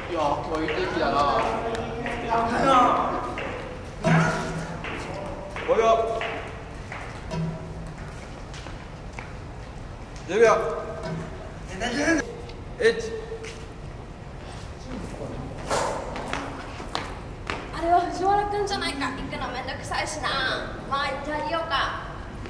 いや今日いい天気だな。5秒。10秒。1。 あれは藤原くんじゃないか。行くのめんどくさいしな。まあ行ってあげようか。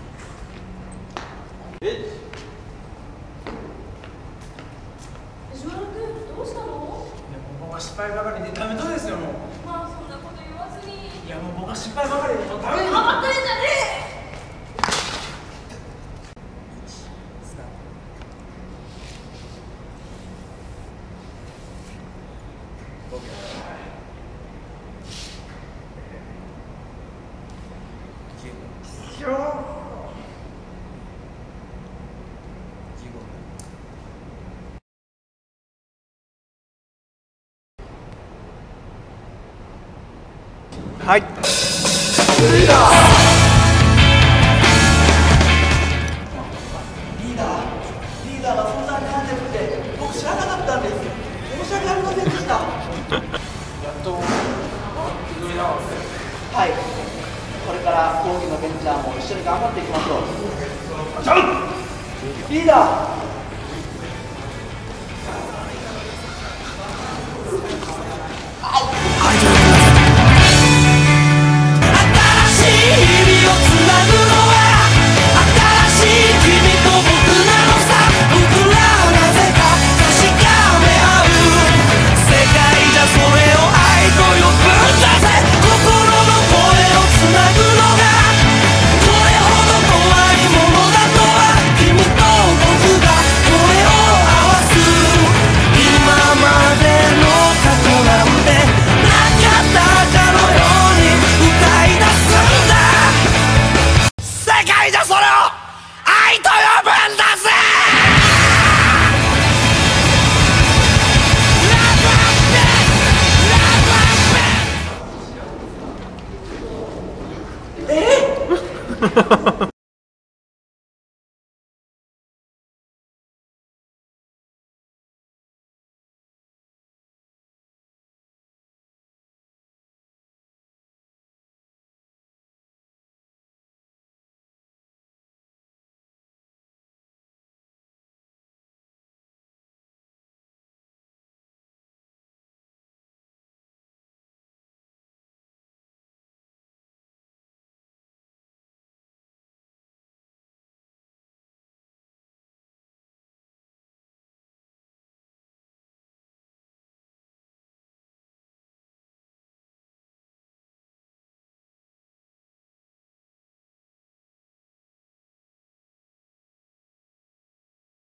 藤原くんどうしたの？ 僕は失敗ばかりでダメとですよ。もうまあそんなこと言わずに。 いやもう僕は失敗ばかりでもうダメです。 頑張ってんじゃねえ。 はい。 リーダーがそんなに悩んでるって僕知らなかったんです。申し訳ありませんでした。やっと気づいたわ。はい。これから講義のベンチャーも一緒に頑張っていきましょう。リーダー。 ハハハハ。